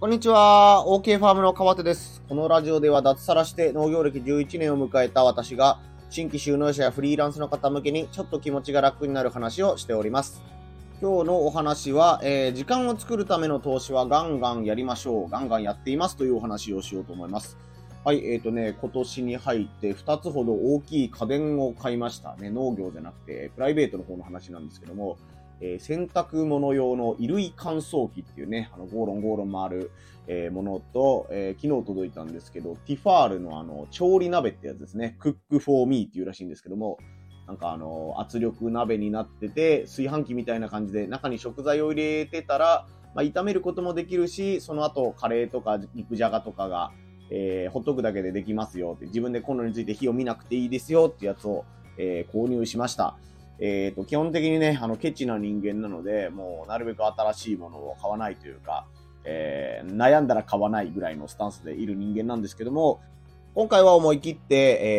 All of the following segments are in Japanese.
こんにちは。OK ファームの川手です。このラジオでは脱サラして農業歴11年を迎えた私が新規就農者やフリーランスの方向けにちょっと気持ちが楽になる話をしております。今日のお話は、時間を作るための投資はガンガンやりましょう。ガンガンやっていますというお話をしようと思います。はい、今年に入って2つほど大きい家電を買いましたね。農業じゃなくてプライベートの方の話なんですけども、洗濯物用の衣類乾燥機っていうね、ゴーロンゴーロン回る、ものと、昨日届いたんですけど、ティファールの調理鍋ってやつですね。クックフォーミーっていうらしいんですけども、なんか圧力鍋になってて、炊飯器みたいな感じで中に食材を入れてたら、炒めることもできるし、その後カレーとか肉じゃがとかが、ほっとくだけでできますよって、自分でコンロについて火を見なくていいですよってやつを、購入しました。基本的にね、ケチな人間なので、もうなるべく新しいものを買わないというか、悩んだら買わないぐらいのスタンスでいる人間なんですけども、今回は思い切って、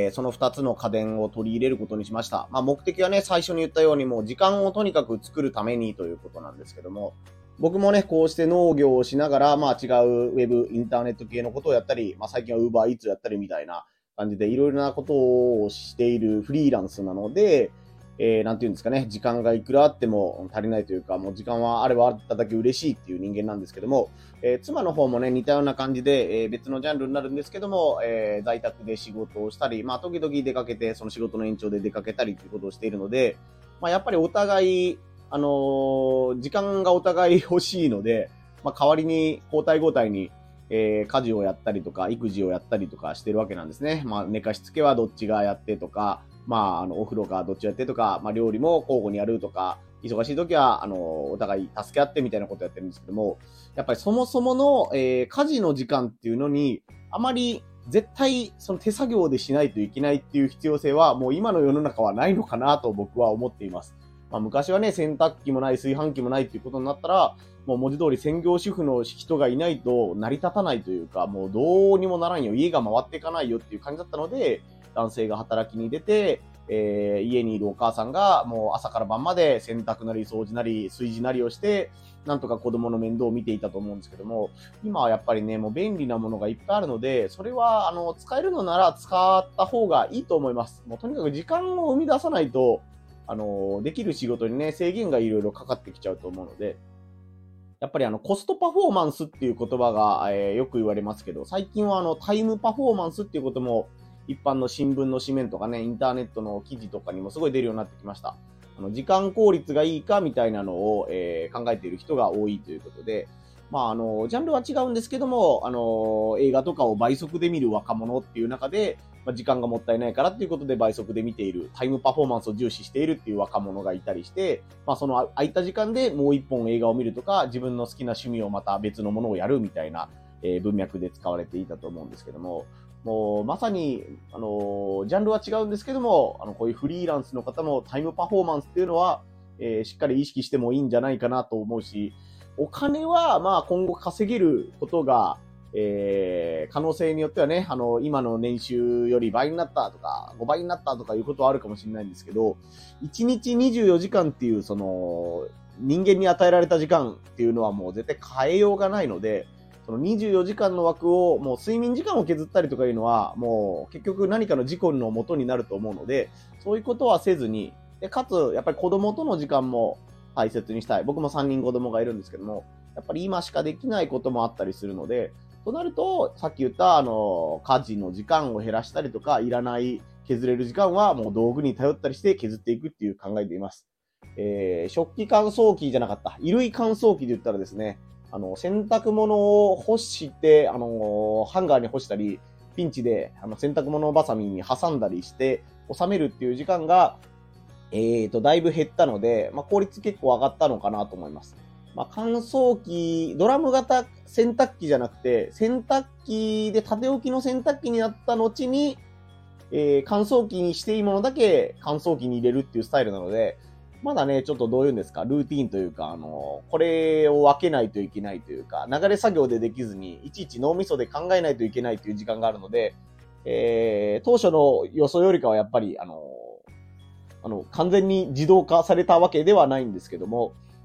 その2つの家電を取り入れることにしました。目的はね、最初に言ったようにもう時間をとにかく作るためにということなんですけども、僕もね、こうして農業をしながら、違うウェブ、インターネット系のことをやったり、最近は Uber Eats やったりみたいな感じでいろいろなことをしているフリーランスなので、なんていうんですかね、時間がいくらあっても足りないというか、もう時間はあればあっただけ嬉しいっていう人間なんですけども、妻の方もね、似たような感じで、別のジャンルになるんですけども、在宅で仕事をしたり、時々出かけて、その仕事の延長で出かけたりということをしているので、やっぱりお互い、時間がお互い欲しいので、代わりに交代交代に、家事をやったりとか、育児をやったりとかしてるわけなんですね。寝かしつけはどっちがやってとか、お風呂がどっちやってとか、料理も交互にやるとか、忙しい時は、お互い助け合ってみたいなことやってるんですけども、やっぱりそもそもの、家事の時間っていうのに、あまり絶対その手作業でしないといけないっていう必要性は、もう今の世の中はないのかなと僕は思っています。昔はね、洗濯機もない、炊飯器もないっていうことになったら、もう文字通り専業主婦の人がいないと成り立たないというか、もうどうにもならんよ、家が回っていかないよっていう感じだったので、男性が働きに出て、家にいるお母さんがもう朝から晩まで洗濯なり掃除なり炊事なりをして、なんとか子供の面倒を見ていたと思うんですけども、今はやっぱりね、もう便利なものがいっぱいあるので、それは使えるのなら使った方がいいと思います。もうとにかく時間を生み出さないと、できる仕事にね、制限がいろいろかかってきちゃうと思うので、やっぱりコストパフォーマンスっていう言葉が、よく言われますけど、最近はタイムパフォーマンスっていうことも、一般の新聞の紙面とかね、インターネットの記事とかにもすごい出るようになってきました。時間効率がいいかみたいなのを、考えている人が多いということで、ジャンルは違うんですけども、映画とかを倍速で見る若者っていう中で、時間がもったいないからっていうことで倍速で見ている、タイムパフォーマンスを重視しているっていう若者がいたりして、その空いた時間でもう一本映画を見るとか、自分の好きな趣味をまた別のものをやるみたいな、文脈で使われていたと思うんですけども、もうまさに、ジャンルは違うんですけども、こういうフリーランスの方もタイムパフォーマンスっていうのは、しっかり意識してもいいんじゃないかなと思うし、お金は今後稼げることが、可能性によってはね、今の年収より倍になったとか、5倍になったとかいうことはあるかもしれないんですけど、1日24時間っていう、人間に与えられた時間っていうのはもう絶対変えようがないので、その24時間の枠を、もう睡眠時間を削ったりとかいうのは、もう結局何かの事故の元になると思うので、そういうことはせずに、で、かつ、やっぱり子供との時間も大切にしたい。僕も3人子供がいるんですけども、やっぱり今しかできないこともあったりするので、となると、さっき言った家事の時間を減らしたりとか、いらない削れる時間はもう道具に頼ったりして削っていくっていう考えでいます。食器乾燥機じゃなかった。衣類乾燥機で言ったらですね、洗濯物を干して、ハンガーに干したり、ピンチで、洗濯物バサミに挟んだりして、収めるっていう時間が、だいぶ減ったので、効率結構上がったのかなと思います。乾燥機、ドラム型洗濯機じゃなくて、洗濯機で縦置きの洗濯機になった後に、乾燥機にしていいものだけ乾燥機に入れるっていうスタイルなので、まだね、ちょっとどういうんですか、ルーティーンというか、これを分けないといけないというか、流れ作業でできずに、いちいち脳みそで考えないといけないという時間があるので、当初の予想よりかはやっぱり、完全に自動化されたわけではないんですけども、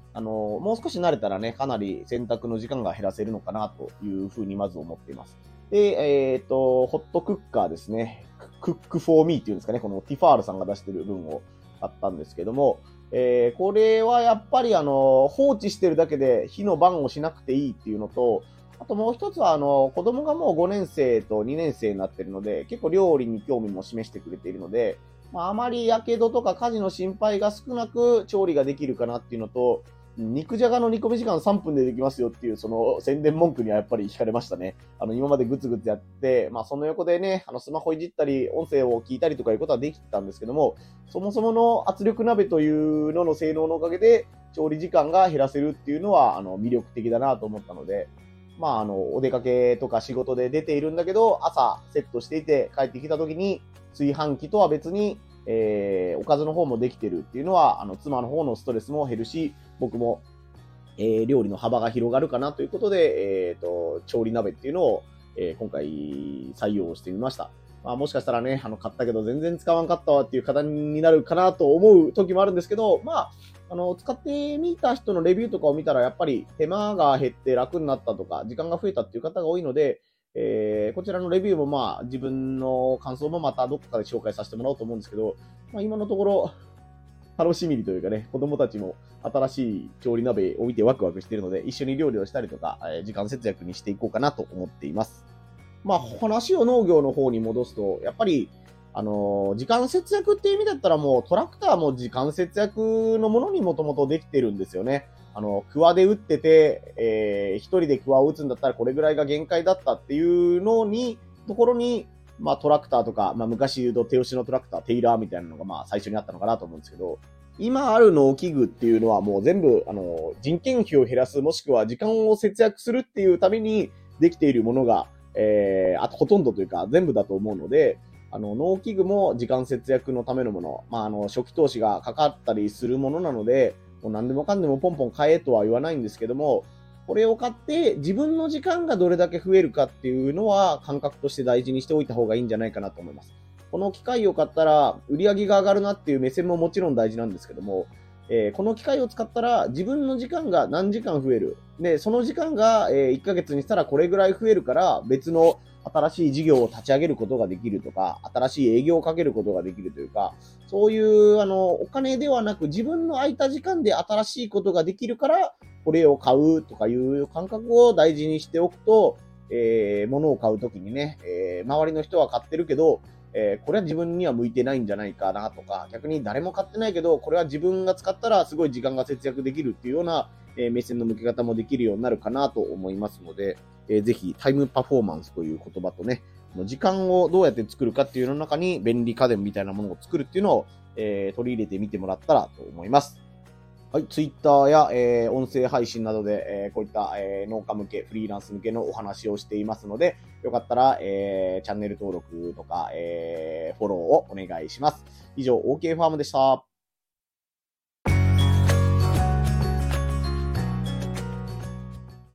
もう少し慣れたらね、かなり洗濯の時間が減らせるのかなというふうにまず思っています。で、ホットクッカーですね。クックフォーミーっていうんですかね、このティファールさんが出してる分を買ったんですけども、これはやっぱり放置してるだけで火の番をしなくていいっていうのと、あともう一つは子供がもう5年生と2年生になってるので、結構料理に興味も示してくれているので、あまり火傷とか火事の心配が少なく調理ができるかなっていうのと、肉じゃがの煮込み時間3分でできますよっていう、その宣伝文句にはやっぱり惹かれましたね。今までグツグツやって、その横でね、スマホいじったり、音声を聞いたりとかいうことはできたんですけども、そもそもの圧力鍋というのの性能のおかげで、調理時間が減らせるっていうのは、魅力的だなと思ったので、お出かけとか仕事で出ているんだけど、朝セットしていて帰ってきた時に、炊飯器とは別に、おかずの方もできてるっていうのは、妻の方のストレスも減るし、僕も、料理の幅が広がるかなということで、調理鍋っていうのを、今回採用してみました。もしかしたらね、買ったけど全然使わんかったわっていう方になるかなと思う時もあるんですけど、使ってみた人のレビューとかを見たら、やっぱり手間が減って楽になったとか、時間が増えたっていう方が多いので、こちらのレビューも自分の感想もまたどっかで紹介させてもらおうと思うんですけど、今のところ、楽しみにというかね、子供たちも新しい調理鍋を見てワクワクしているので、一緒に料理をしたりとか、時間節約にしていこうかなと思っています。話を農業の方に戻すと、やっぱり、時間節約っていう意味だったらもうトラクターも時間節約のものにもともとできてるんですよね。クワで打ってて、一人でクワを打つんだったらこれぐらいが限界だったっていうのに、ところに、トラクターとか、昔言うと手押しのトラクター、テイラーみたいなのが最初にあったのかなと思うんですけど、今ある農機具っていうのはもう全部、人件費を減らす、もしくは時間を節約するっていうためにできているものが、あとほとんどというか全部だと思うので、農機具も時間節約のためのもの、初期投資がかかったりするものなので、もう何でもかんでもポンポン買えとは言わないんですけども、これを買って自分の時間がどれだけ増えるかっていうのは感覚として大事にしておいた方がいいんじゃないかなと思います。この機械を買ったら売り上げが上がるなっていう目線ももちろん大事なんですけども、この機械を使ったら自分の時間が何時間増える。で、その時間が、1ヶ月にしたらこれぐらい増えるから別の新しい事業を立ち上げることができるとか、新しい営業をかけることができるというか、そういうお金ではなく自分の空いた時間で新しいことができるから、これを買うとかいう感覚を大事にしておくと、物を買うときにね、周りの人は買ってるけど、これは自分には向いてないんじゃないかなとか、逆に誰も買ってないけど、これは自分が使ったらすごい時間が節約できるっていうような、目線の向け方もできるようになるかなと思いますので、ぜひタイムパフォーマンスという言葉とね、時間をどうやって作るかっていうの中に便利家電みたいなものを作るっていうのを、取り入れてみてもらったらと思います。はい、ツイッターや、音声配信などで、こういった、農家向け、フリーランス向けのお話をしていますので、よかったら、チャンネル登録とか、フォローをお願いします。以上、OK ファームでした。